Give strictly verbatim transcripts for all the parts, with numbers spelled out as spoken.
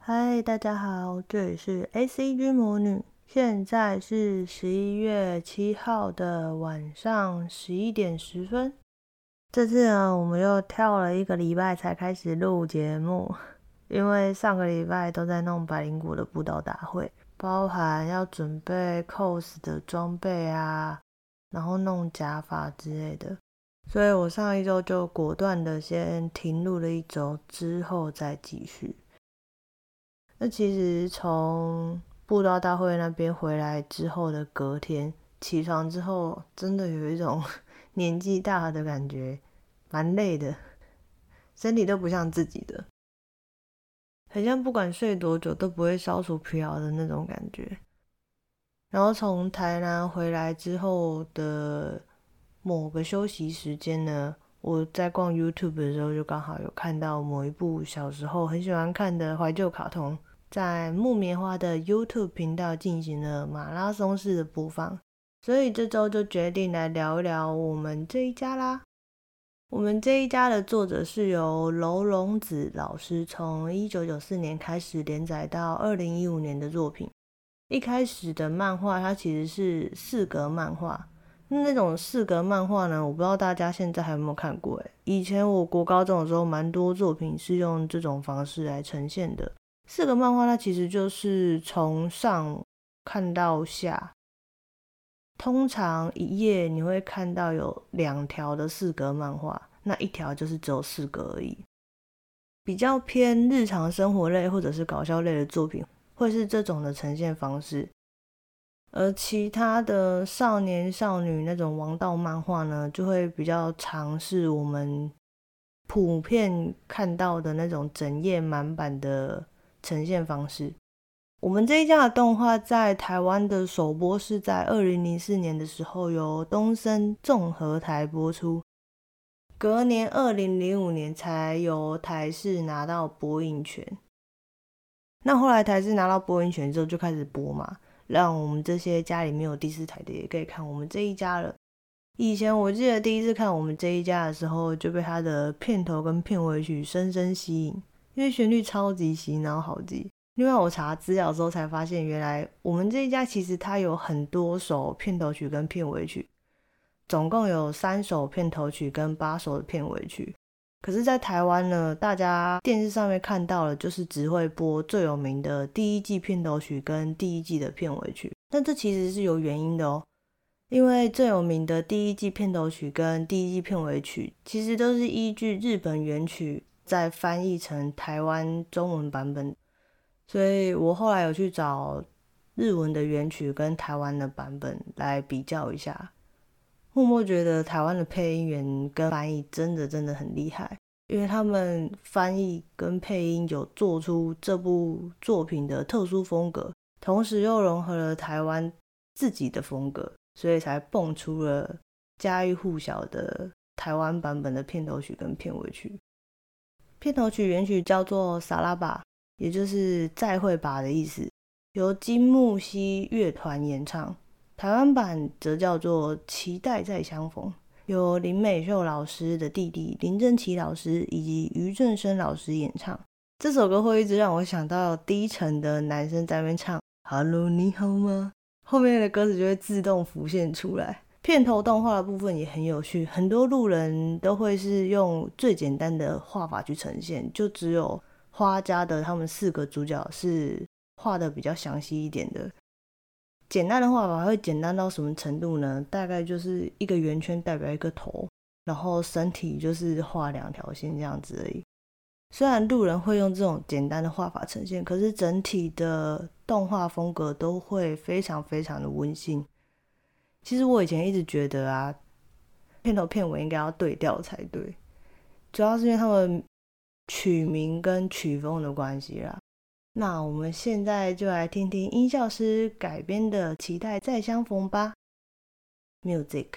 嗨，大家好，这里是 A C G 魔女，现在是十一月七号的晚上十一点十分。这次呢，我们又跳了一个礼拜才开始录节目，因为上个礼拜都在弄百灵果的布道大会，包含要准备 cos 的装备啊，然后弄假发之类的，所以我上一周就果断的先停录了一周，之后再继续。那其实从布道大会那边回来之后的隔天起床之后，真的有一种年纪大的感觉，蛮累的，身体都不像自己的，很像不管睡多久都不会消除疲劳的那种感觉。然后从台南回来之后的某个休息时间呢，我在逛 YouTube 的时候就刚好有看到某一部小时候很喜欢看的怀旧卡通，在木棉花的 YouTube 频道进行了马拉松式的播放，所以这周就决定来聊一聊我们这一家啦。我们这一家的作者是由楼龙子老师从一九九四年开始连载到二零一五年的作品。一开始的漫画它其实是四格漫画，那种四格漫画呢，我不知道大家现在还有没有看过耶。以前我国高中的时候蛮多作品是用这种方式来呈现的。四格漫画它其实就是从上看到下，通常一页你会看到有两条的四格漫画，那一条就是只有四格而已。比较偏日常生活类或者是搞笑类的作品会是这种的呈现方式，而其他的少年少女那种王道漫画呢，就会比较尝试我们普遍看到的那种整页满版的呈现方式。我们这一家的动画在台湾的首播是在二零零四年的时候由东森综合台播出，隔年二零零五年才由台视拿到播映权。那后来台视拿到播映权之后就开始播嘛，让我们这些家里没有第四台的也可以看我们这一家了。以前我记得第一次看我们这一家的时候，就被它的片头跟片尾曲深深吸引，因为旋律超级洗脑好记。另外我查资料之后才发现，原来我们这一家其实它有很多首片头曲跟片尾曲，总共有三首片头曲跟八首的片尾曲。可是在台湾呢，大家电视上面看到了就是只会播最有名的第一季片头曲跟第一季的片尾曲，但这其实是有原因的哦。因为最有名的第一季片头曲跟第一季片尾曲其实都是依据日本原曲再翻译成台湾中文版本，所以我后来有去找日文的原曲跟台湾的版本来比较一下，默默觉得台湾的配音员跟翻译真的真的很厉害，因为他们翻译跟配音有做出这部作品的特殊风格，同时又融合了台湾自己的风格，所以才蹦出了家喻户晓的台湾版本的片头曲跟片尾曲。片头曲原曲叫做萨拉巴，也就是再会吧的意思，由金木犀乐团演唱。台湾版则叫做期待再相逢，由林美秀老师的弟弟林正奇老师以及于正生老师演唱。这首歌会一直让我想到低沉的男生在那边唱 Hello 你好吗，后面的歌词就会自动浮现出来。片头动画的部分也很有趣，很多路人都会是用最简单的画法去呈现，就只有花家的他们四个主角是画的比较详细一点的。简单的画法会简单到什么程度呢？大概就是一个圆圈代表一个头，然后身体就是画两条线这样子而已。虽然路人会用这种简单的画法呈现，可是整体的动画风格都会非常非常的温馨。其实我以前一直觉得啊，片头片尾应该要对调才对，主要是因为他们曲名跟曲风的关系啦。那我们现在就来听听音效师改编的《期待再相逢》吧。Music。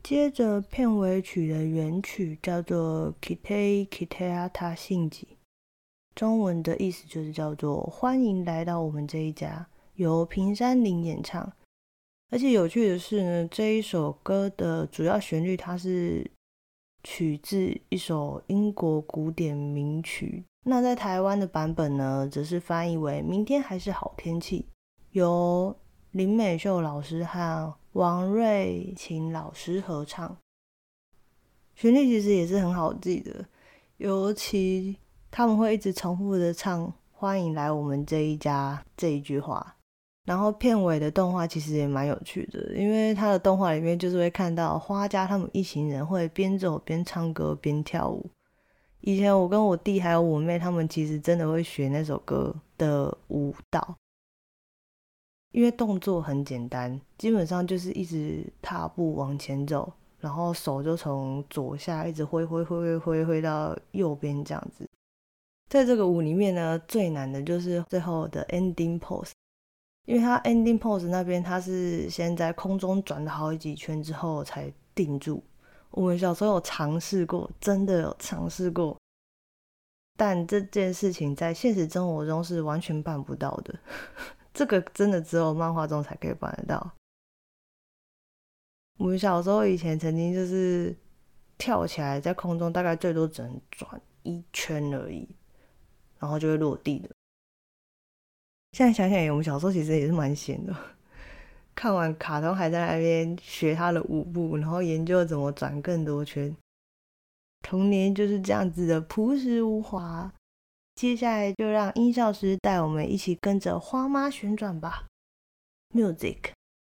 接着片尾曲的原曲叫做 Kite Kiteata Shinji， 中文的意思就是叫做欢迎来到我们这一家，由平山绫演唱。而且有趣的是呢，这一首歌的主要旋律它是取自一首英国古典名曲，那在台湾的版本呢则是翻译为明天还是好天气，由林美秀老师和王瑞琴老师合唱。旋律其实也是很好记的，尤其他们会一直重复的唱欢迎来我们这一家这一句话。然后片尾的动画其实也蛮有趣的，因为它的动画里面就是会看到花家他们一行人会边走边唱歌边跳舞。以前我跟我弟还有我妹他们其实真的会学那首歌的舞蹈，因为动作很简单，基本上就是一直踏步往前走，然后手就从左下一直挥挥挥挥挥挥到右边这样子。在这个舞里面呢，最难的就是最后的 ending pose， 因为它 ending pose 那边它是先在空中转了好几圈之后才定住。我们小时候有尝试过，真的有尝试过，但这件事情在现实生活中是完全办不到的这个真的只有漫画中才可以办得到。我们小时候以前曾经就是跳起来在空中大概最多只能转一圈而已，然后就会落地的。现在想想我们小时候其实也是蛮闲的，看完卡通还在那边学他的舞步，然后研究怎么转更多圈。童年就是这样子的朴实无华。接下来就让音效师带我们一起跟着花妈旋转吧。 Music。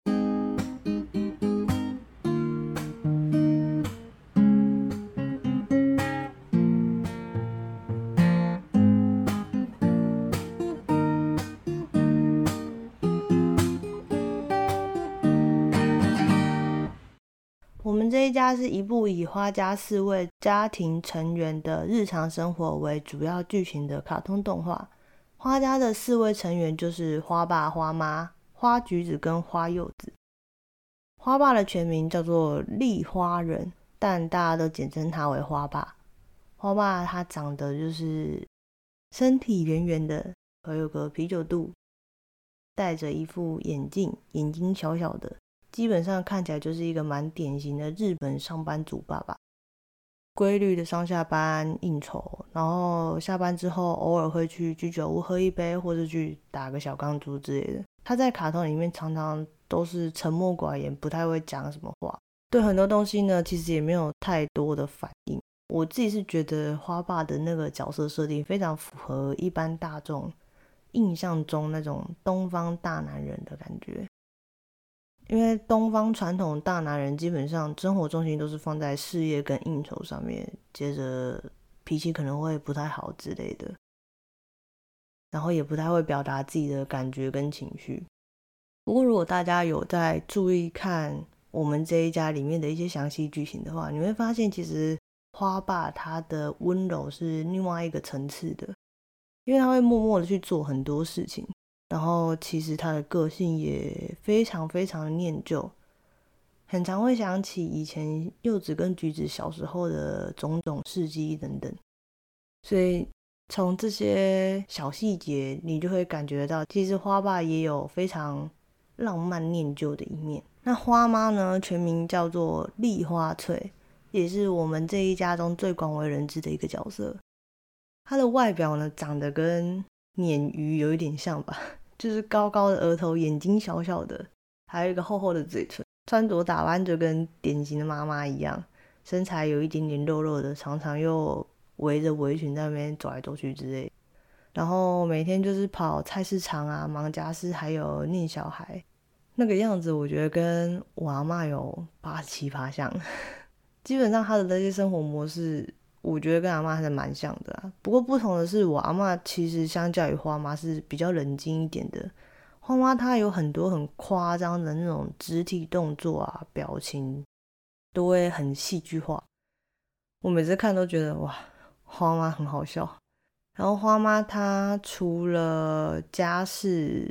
我们这一家是一部以花家四位家庭成员的日常生活为主要剧情的卡通动画。花家的四位成员就是花爸、花妈、花橘子跟花柚子。花爸的全名叫做立花人，但大家都简称他为花爸。花爸他长得就是身体圆圆的，还有个啤酒肚，戴着一副眼镜，眼睛小小的，基本上看起来就是一个蛮典型的日本上班族爸爸。规律的上下班应酬，然后下班之后偶尔会去居酒屋喝一杯，或者去打个小钢珠之类的。他在卡通里面常常都是沉默寡言，不太会讲什么话，对很多东西呢其实也没有太多的反应。我自己是觉得花爸的那个角色设定非常符合一般大众印象中那种东方大男人的感觉。因为东方传统大男人基本上生活重心都是放在事业跟应酬上面，接着脾气可能会不太好之类的，然后也不太会表达自己的感觉跟情绪。不过如果大家有在注意看我们这一家里面的一些详细剧情的话，你会发现其实花爸他的温柔是另外一个层次的，因为他会默默的去做很多事情，然后其实他的个性也非常非常的念旧，很常会想起以前柚子跟橘子小时候的种种事迹等等。所以从这些小细节你就会感觉到其实花爸也有非常浪漫念旧的一面。那花妈呢，全名叫做立花翠，也是我们这一家中最广为人知的一个角色。她的外表呢长得跟鲶鱼有一点像吧，就是高高的额头，眼睛小小的，还有一个厚厚的嘴唇，穿着打扮就跟典型的妈妈一样，身材有一点点肉肉的，常常又围着围裙在那边走来走去之类，然后每天就是跑菜市场啊，忙家事，还有念小孩，那个样子我觉得跟我阿嬷有八十七趴像基本上她的那些生活模式我觉得跟阿嬷还是蛮像的啊。不过不同的是，我阿嬷其实相较于花妈是比较冷静一点的。花妈她有很多很夸张的那种肢体动作啊，表情都会很戏剧化，我每次看都觉得哇，花妈很好笑。然后花妈她除了家事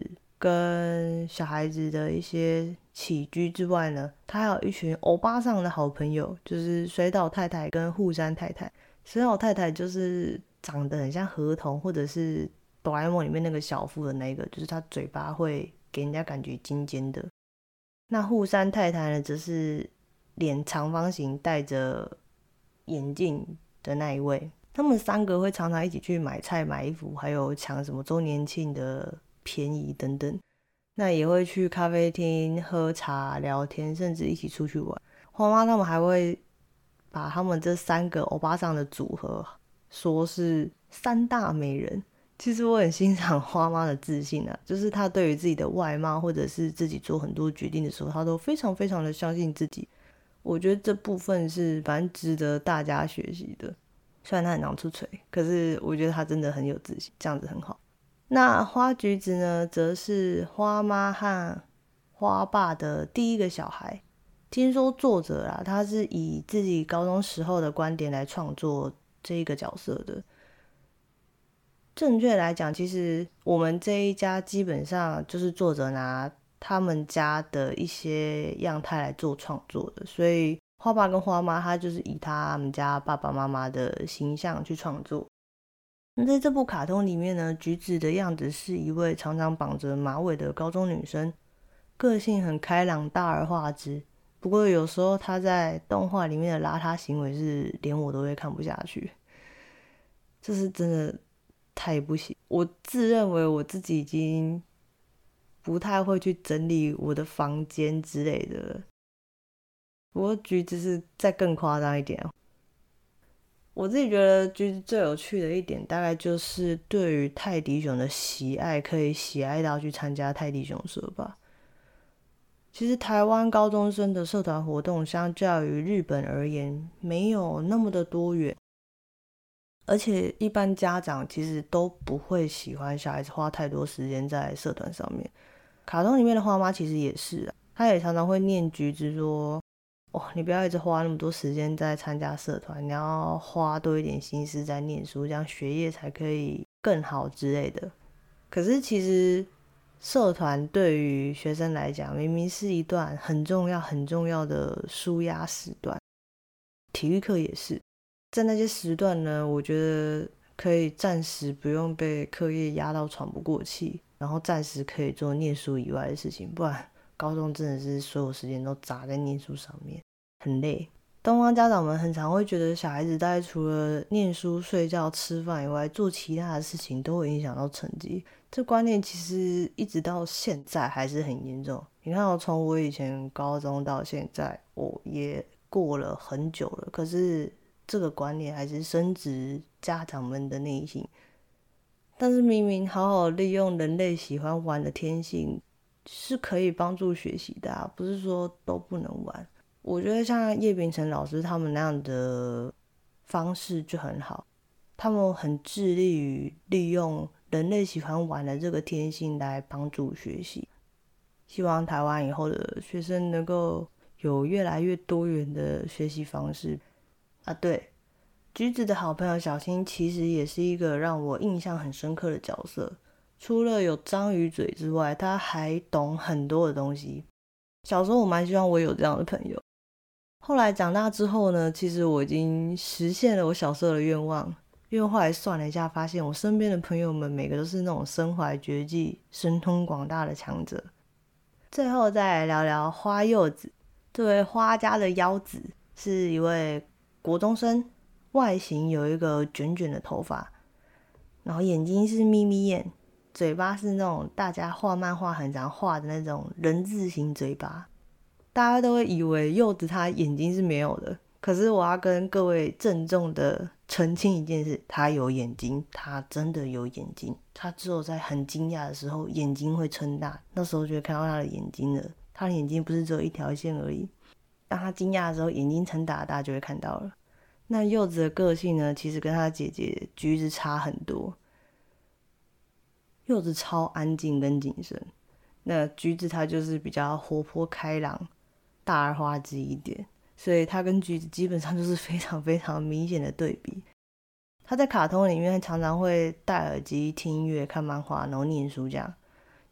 跟小孩子的一些起居之外呢，他还有一群欧巴桑的好朋友，就是水岛太太跟户山太太。水岛太太就是长得很像河童，或者是哆啦 A 梦里面那个小夫的那个，就是他嘴巴会给人家感觉尖尖的。那户山太太呢，则是脸长方形，戴着眼镜的那一位。他们三个会常常一起去买菜买衣服，还有抢什么周年庆的便宜等等。那也会去咖啡厅喝茶聊天，甚至一起出去玩。花妈他们还会把他们这三个欧巴桑的组合说是三大美人。其实我很欣赏花妈的自信啊，就是她对于自己的外貌或者是自己做很多决定的时候，她都非常非常的相信自己。我觉得这部分是反正值得大家学习的。虽然她很常出锤，可是我觉得她真的很有自信，这样子很好。那花橘子呢，则是花妈和花爸的第一个小孩。听说作者啊，他是以自己高中时候的观点来创作这一个角色的。正确来讲，其实我们这一家基本上就是作者拿他们家的一些样态来做创作的，所以花爸跟花妈他就是以他们家爸爸妈妈的形象去创作。那在这部卡通里面呢，橘子的样子是一位常常绑着马尾的高中女生，个性很开朗，大而化之。不过有时候她在动画里面的邋遢行为是连我都会看不下去，这是真的太不行。我自认为我自己已经不太会去整理我的房间之类的了，不过橘子是再更夸张一点。我自己觉得橘子最有趣的一点大概就是对于泰迪熊的喜爱，可以喜爱到去参加泰迪熊社吧。其实台湾高中生的社团活动相较于日本而言没有那么的多元，而且一般家长其实都不会喜欢小孩子花太多时间在社团上面。卡通里面的花妈其实也是啊，她也常常会念橘子说，哦，你不要一直花那么多时间在参加社团，你要花多一点心思在念书，这样学业才可以更好之类的。可是其实社团对于学生来讲明明是一段很重要很重要的抒压时段，体育课也是。在那些时段呢，我觉得可以暂时不用被课业压到喘不过气，然后暂时可以做念书以外的事情，不然高中真的是所有时间都砸在念书上面，很累。东方家长们很常会觉得小孩子大概除了念书、睡觉、吃饭以外，做其他的事情都会影响到成绩。这观念其实一直到现在还是很严重。你看我从我以前高中到现在，我也过了很久了，可是这个观念还是深植家长们的内心。但是明明好好利用人类喜欢玩的天性是可以帮助学习的啊，不是说都不能玩。我觉得像叶秉成老师他们那样的方式就很好，他们很致力于利用人类喜欢玩的这个天性来帮助学习。希望台湾以后的学生能够有越来越多元的学习方式啊。对，橘子的好朋友小新其实也是一个让我印象很深刻的角色，除了有章鱼嘴之外，他还懂很多的东西。小时候我蛮希望我有这样的朋友，后来长大之后呢，其实我已经实现了我小时候的愿望，因为后来算了一下，发现我身边的朋友们每个都是那种身怀绝技、神通广大的强者。最后再来聊聊花柚子，这位花家的妖子是一位国中生，外形有一个卷卷的头发，然后眼睛是眯眯眼，嘴巴是那种大家画漫画很常画的那种人字形嘴巴。大家都会以为柚子他眼睛是没有的，可是我要跟各位郑重的澄清一件事，他有眼睛，他真的有眼睛。他只有在很惊讶的时候眼睛会撑大，那时候就会看到他的眼睛了。他的眼睛不是只有一条线而已，当他惊讶的时候眼睛撑大，大家就会看到了。那柚子的个性呢，其实跟他姐姐橘子差很多。柚子超安静跟谨慎，那橘子他就是比较活泼开朗，大而化之一点，所以他跟橘子基本上就是非常非常明显的对比。他在卡通里面常常会戴耳机听音乐、看漫画，然后念书这样。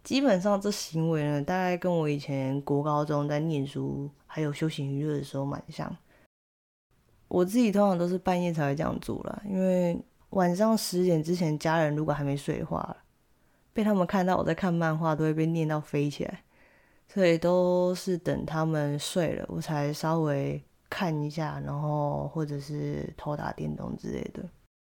基本上这行为呢，大概跟我以前国高中在念书还有休闲娱乐的时候蛮像。我自己通常都是半夜才会这样做啦，因为晚上十点之前家人如果还没睡的话，被他们看到我在看漫画都会被念到飞起来，所以都是等他们睡了我才稍微看一下，然后或者是偷打电动之类的。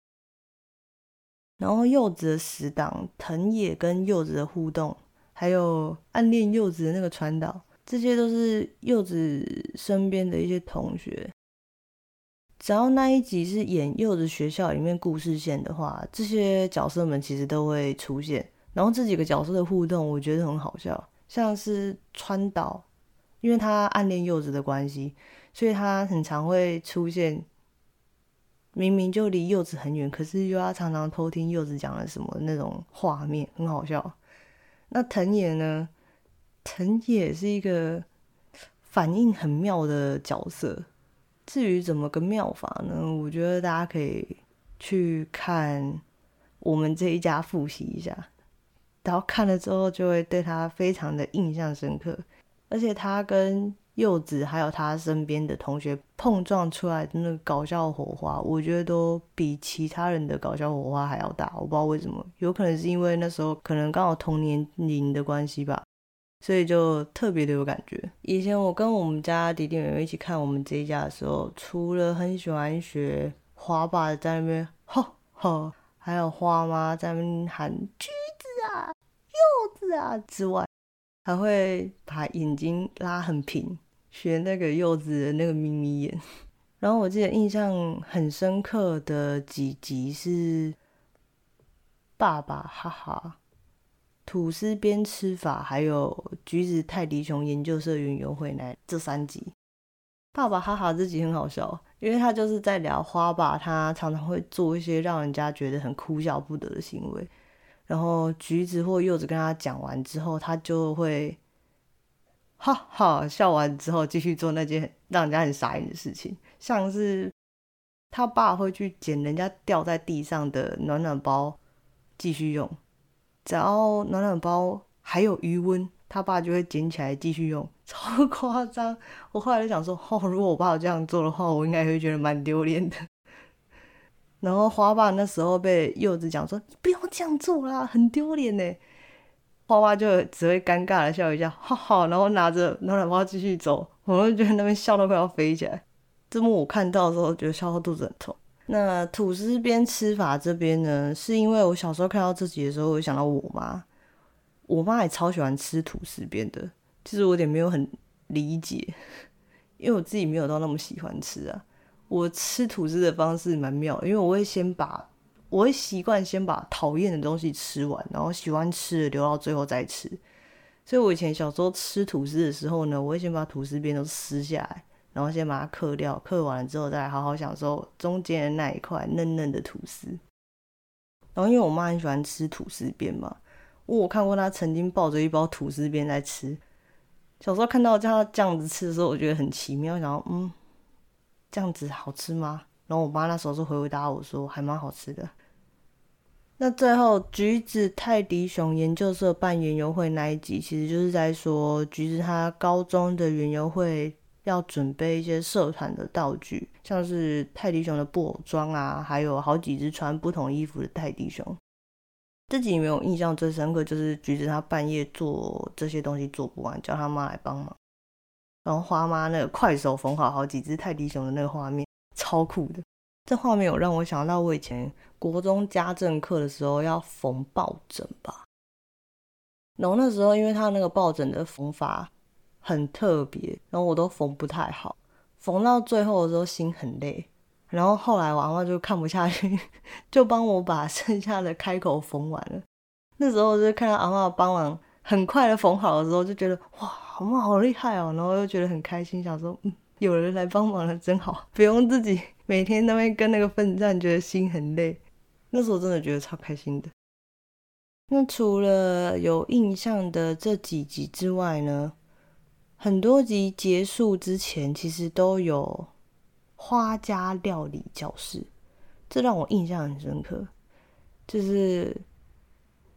然后柚子的死党藤野跟柚子的互动，还有暗恋柚子的那个川岛，这些都是柚子身边的一些同学。只要那一集是演柚子学校里面故事线的话，这些角色们其实都会出现，然后这几个角色的互动我觉得很好笑。像是川岛，因为他暗恋柚子的关系，所以他很常会出现明明就离柚子很远，可是又要常常偷听柚子讲了什么那种画面，很好笑。那藤野呢？藤野是一个反应很妙的角色。至于怎么个妙法呢？我觉得大家可以去看我们这一家复习一下，然后看了之后就会对他非常的印象深刻。而且他跟柚子还有他身边的同学碰撞出来的那个搞笑火花，我觉得都比其他人的搞笑火花还要大。我不知道为什么，有可能是因为那时候可能刚好同年龄的关系吧，所以就特别的有感觉。以前我跟我们家弟弟妹妹一起看我们这一家的时候，除了很喜欢学花爸在那边吼吼，还有花妈在那边喊橘子啊柚子啊之外，还会把眼睛拉很平，学那个柚子的那个眯眯眼。然后我记得印象很深刻的几集是爸爸哈哈、吐司边吃法，还有橘子泰迪熊研究社园游会那这三集。爸爸哈哈这集很好笑，因为他就是在聊花爸他常常会做一些让人家觉得很哭笑不得的行为，然后橘子或柚子跟他讲完之后，他就会哈哈笑完之后继续做那件让人家很傻眼的事情，像是他爸会去捡人家掉在地上的暖暖包继续用，只要暖暖包还有余温，他爸就会捡起来继续用，超夸张。我后来就想说，哦，如果我爸有这样做的话，我应该会觉得蛮丢脸的。然后花爸那时候被柚子讲说，不要这样做啦，很丢脸呢。花爸就只会尴尬的笑一下，哈哈，然后拿着暖暖包继续走。我就觉得那边笑到快要飞起来。这幕我看到的时候，觉得笑到肚子很痛。那吐司边吃法这边呢，是因为我小时候看到这集的时候，我就想到我妈，我妈也超喜欢吃吐司边的，其实我有点没有很理解，因为我自己没有到那么喜欢吃啊。我吃吐司的方式蛮妙的，因为我会先把我会习惯先把讨厌的东西吃完，然后喜欢吃的留到最后再吃。所以我以前小时候吃吐司的时候呢，我会先把吐司边都撕下来，然后先把它嗑掉，嗑完了之后再来好好享受中间的那一块嫩嫩的吐司。然后因为我妈很喜欢吃吐司边嘛，我看过她曾经抱着一包吐司边在吃。小时候看到她这样子吃的时候，我觉得很奇妙，想到嗯，这样子好吃吗？然后我妈那时候是回答我说还蛮好吃的。那最后橘子泰迪熊研究社办园游会那一集，其实就是在说橘子他高中的园游会要准备一些社团的道具，像是泰迪熊的布偶装啊，还有好几只穿不同衣服的泰迪熊。这集里面有印象最深刻就是橘子他半夜做这些东西做不完，叫他妈来帮忙，然后花妈那个快手缝好好几只泰迪熊的那个画面超酷的。这画面有让我想到我以前国中家政课的时候要缝抱枕吧，然后那时候因为他那个抱枕的缝法很特别，然后我都缝不太好，缝到最后的时候心很累，然后后来我阿嬷就看不下去，就帮我把剩下的开口缝完了。那时候就看到阿嬷帮忙很快的缝好的时候，就觉得哇，阿嬷好厉害哦，然后又觉得很开心，想说嗯，有人来帮忙了真好，不用自己每天那边跟那个奋战，觉得心很累。那时候真的觉得超开心的。那除了有印象的这几集之外呢，很多集结束之前其实都有花家料理教室，这让我印象很深刻。就是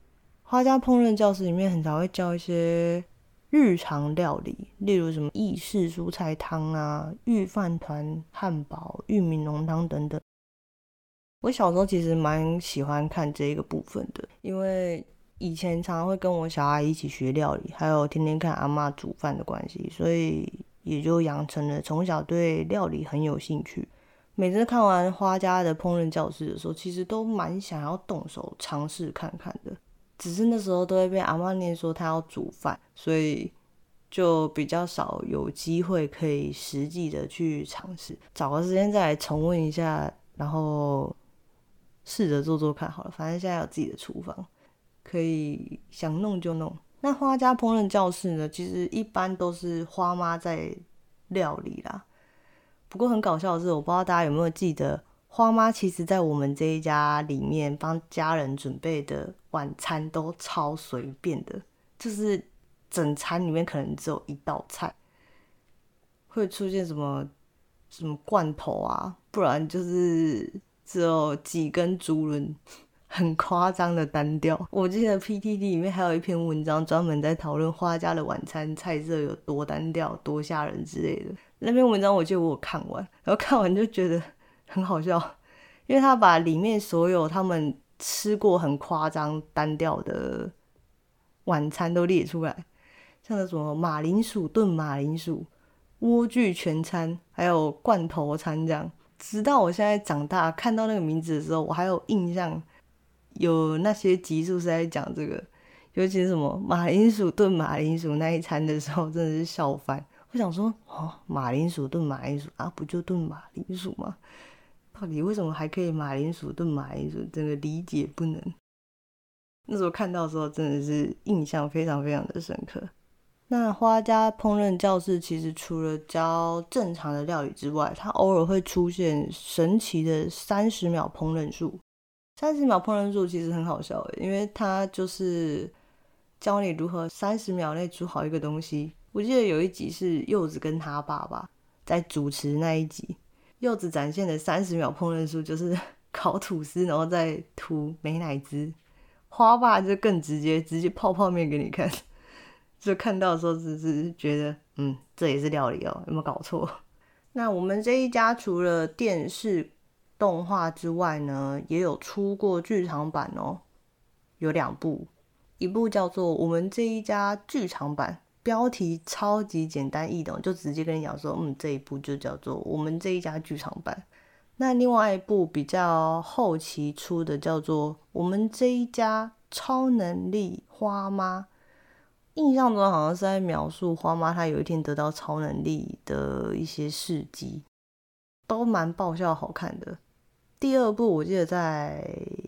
花家烹饪教室里面很常会教一些日常料理，例如什么意式蔬菜汤啊、御饭团、汉堡、玉米浓汤等等。我小时候其实蛮喜欢看这个部分的，因为以前常常会跟我小阿姨一起学料理，还有天天看阿嬷煮饭的关系，所以也就养成了从小对料理很有兴趣。每次看完花家的烹饪教室的时候，其实都蛮想要动手尝试看看的，只是那时候都会被阿嬷念说她要煮饭，所以就比较少有机会可以实际的去尝试。找个时间再来重温一下，然后试着做做看好了，反正现在有自己的厨房，可以想弄就弄。那花家烹饪教室呢，其实一般都是花妈在料理啦。不过很搞笑的是，我不知道大家有没有记得，花妈其实在我们这一家里面帮家人准备的晚餐都超随便的，就是整餐里面可能只有一道菜，会出现什么什么罐头啊，不然就是只有几根竹轮，很夸张的单调。我记得 P T T 里面还有一篇文章专门在讨论花家的晚餐菜色有多单调、多吓人之类的。那篇文章我记得我有看完，然后看完就觉得很好笑，因为他把里面所有他们吃过很夸张单调的晚餐都列出来，像那什么马铃薯炖马铃薯、莴苣全餐，还有罐头餐这样。直到我现在长大看到那个名字的时候，我还有印象有那些集数是在讲这个，尤其是什么马铃薯炖马铃薯那一餐的时候，真的是笑翻。我想说，哦，马铃薯炖马铃薯啊，不就炖马铃薯吗？到底为什么还可以马铃薯炖马铃薯？真的理解不能。那时候看到的时候，真的是印象非常非常的深刻。那花家烹饪教室其实除了教正常的料理之外，它偶尔会出现神奇的三十秒烹饪术。三十秒烹饪术其实很好笑的，因为它就是教你如何三十秒内煮好一个东西。我记得有一集是柚子跟他爸爸在主持那一集，柚子展现的三十秒烹饪术就是烤吐司，然后再涂美乃滋。花爸就更直接，直接泡泡面给你看。就看到的时候只是觉得，嗯，这也是料理哦，有没有搞错？那我们这一家除了电视动画之外呢，也有出过剧场版哦，有两部，一部叫做我们这一家剧场版，标题超级简单易懂，就直接跟你讲说，嗯，这一部就叫做我们这一家剧场版。那另外一部比较后期出的叫做我们这一家超能力花妈，印象中好像是在描述花妈她有一天得到超能力的一些事迹，都蛮爆笑好看的。第二部我记得在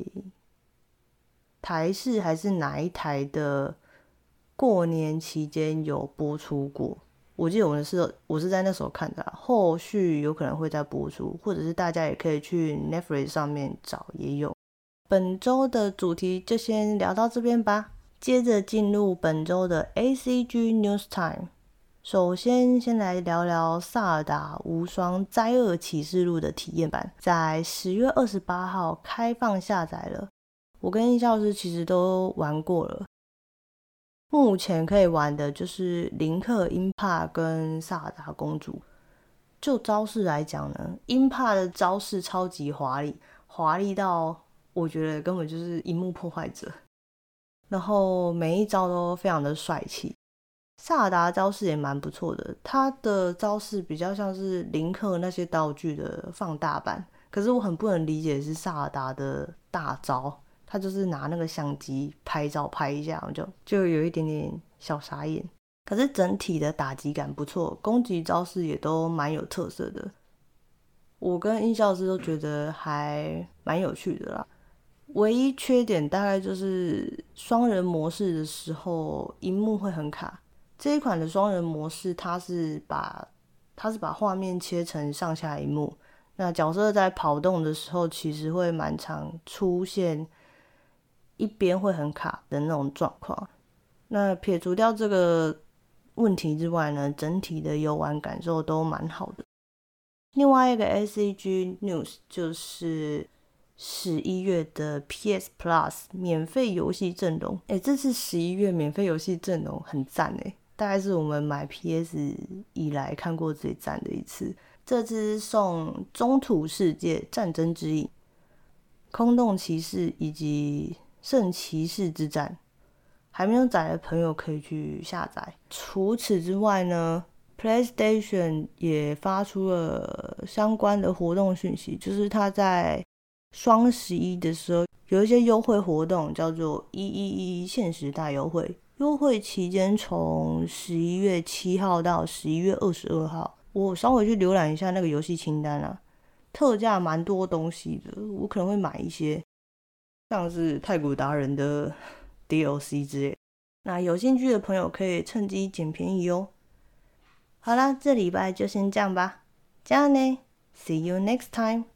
台视还是哪一台的过年期间有播出过，我记得我是我是在那时候看的啦，后续有可能会再播出，或者是大家也可以去 Netflix 上面找也有。本周的主题就先聊到这边吧，接着进入本周的 A C G News Time。首先先来聊聊萨尔达无双灾厄启示录的体验版，在十月二十八号开放下载了，我跟印象老师其实都玩过了。目前可以玩的就是林克、英帕跟萨尔达公主。就招式来讲呢，英帕的招式超级华丽，华丽到我觉得根本就是荧幕破坏者，然后每一招都非常的帅气。萨尔达的招式也蛮不错的，他的招式比较像是林克那些道具的放大版，可是我很不能理解的是萨尔达的大招，他就是拿那个相机拍照拍一下，我就就有一点点小傻眼。可是整体的打击感不错，攻击招式也都蛮有特色的，我跟音效老师都觉得还蛮有趣的啦。唯一缺点大概就是双人模式的时候萤幕会很卡。这一款的双人模式它是把它是把画面切成上下萤幕，那角色在跑动的时候其实会蛮常出现一边会很卡的那种状况。那撇除掉这个问题之外呢，整体的游玩感受都蛮好的。另外一个 A C G News 就是十一月的 P S Plus 免费游戏阵容。诶，这次十一月免费游戏阵容很赞诶，大概是我们买 P S 以来看过最赞的一次。这次送中土世界战争之影、空洞骑士以及圣骑士之战，还没有载的朋友可以去下载。除此之外呢， PlayStation 也发出了相关的活动讯息，就是它在双十一的时候有一些优惠活动，叫做一一一限时大优惠。优惠期间从十一月七号到十一月二十二号。我稍微去浏览一下那个游戏清单啊，特价蛮多东西的，我可能会买一些，像是太古达人的 D L C 之类。那有兴趣的朋友可以趁机捡便宜哦。好啦，这礼拜就先这样吧，这样呢 ，See you next time。